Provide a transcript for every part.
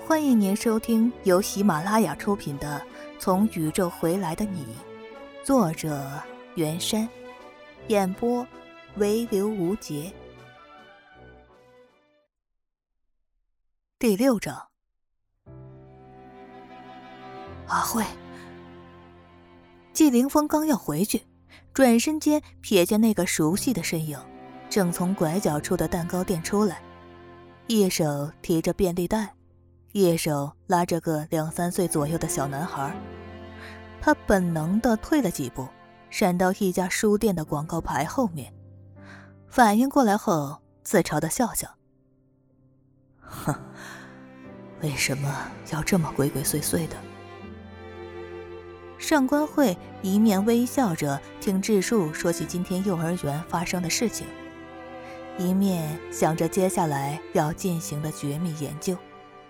欢迎您收听由喜马拉雅出品的《从宇宙回来的你》，作者袁山，演播唯刘无节。第6章。阿慧，季凌风刚要回去，转身间瞥见那个熟悉的身影，正从拐角处的蛋糕店出来，一手提着便利袋，一手拉着个2、3岁左右的小男孩。他本能地退了几步，闪到一家书店的广告牌后面，反应过来后自嘲地笑笑。哼，为什么要这么鬼鬼祟祟的？上官慧一面微笑着听智树说起今天幼儿园发生的事情，一面想着接下来要进行的绝密研究。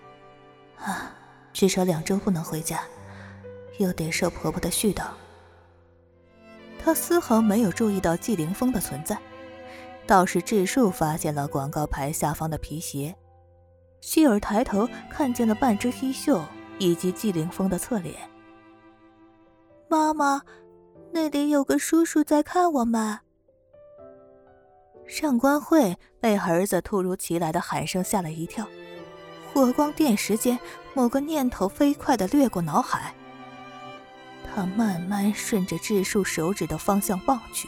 至少2周不能回家，又得受婆婆的絮叨。她丝毫没有注意到季凌风的存在，倒是智树发现了广告牌下方的皮鞋。希尔抬头看见了半只衣袖以及季凌风的侧脸。妈妈，那里有个叔叔在看我们。上官慧被儿子突如其来的喊声吓了一跳，火光电时间，某个念头飞快地掠过脑海。他慢慢顺着智树手指的方向望去，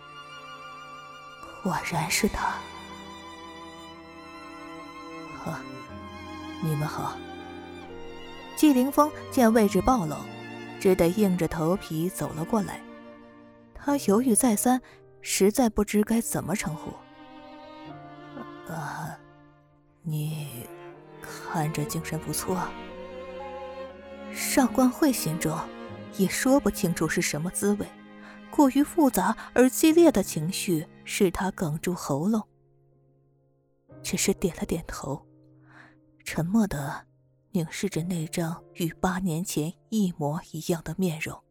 果然是他。你们好。季凌风见位置暴露，只得硬着头皮走了过来。他犹豫再三，实在不知该怎么称呼。你看着精神不错。上官慧心中也说不清楚是什么滋味，过于复杂而激烈的情绪使他哽住喉咙，只是点了点头，沉默地凝视着那张与8年前一模一样的面容。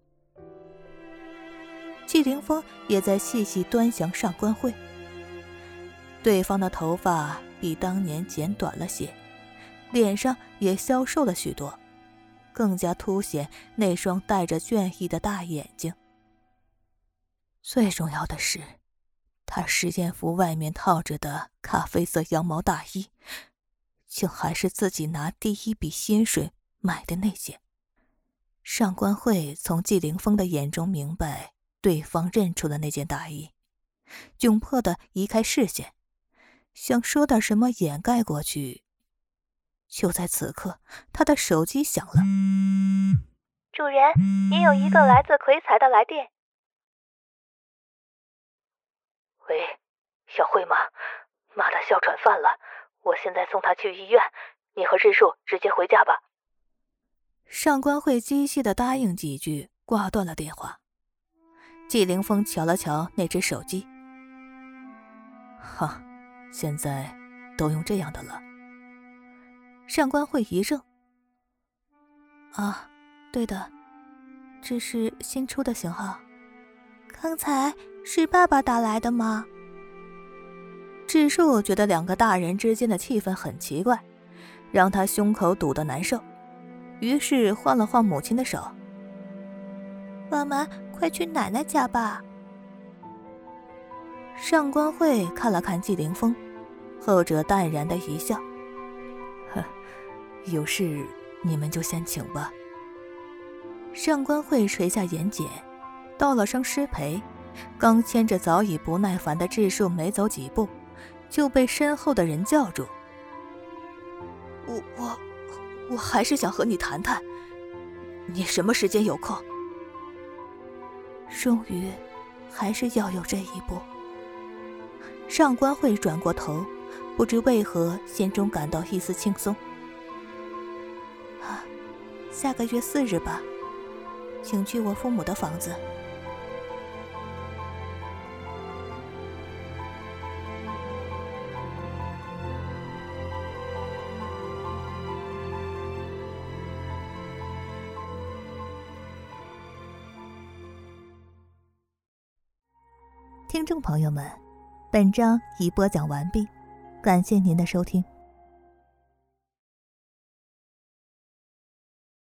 季凌风也在细细端详上官慧，对方的头发比当年剪短了些，脸上也消瘦了许多，更加凸显那双带着倦意的大眼睛。最重要的是，他实验服外面套着的咖啡色羊毛大衣，竟还是自己拿第一笔薪水买的那件。上官慧从季凌风的眼中明白对方认出了那件大衣，窘迫地移开视线，想说点什么掩盖过去。就在此刻，他的手机响了。 主人，您有一个来自葵才的来电。 喂，小慧吗？妈的哮喘犯了，我现在送她去医院，你和智树直接回家吧。 上官慧机械地答应几句，挂断了电话。季凌风瞧了瞧那只手机，现在都用这样的了。上官慧一怔，对的，这是新出的型号。 刚才是爸爸打来的吗？ 智树觉得2个大人之间的气氛很奇怪，让他胸口堵得难受，于是晃了晃母亲的手。 妈妈，快去奶奶家吧。 上官慧看了看季凌风，后者淡然的一笑，有事你们就先请吧。上官慧垂下眼睑，道了声失陪，刚牵着早已不耐烦的智树没走几步，就被身后的人叫住。我还是想和你谈谈，你什么时间有空？终于还是要有这一步。上官慧转过头，不知为何心中感到一丝轻松。下个月4日吧，请去我父母的房子。听众朋友们，本章已播讲完毕，感谢您的收听。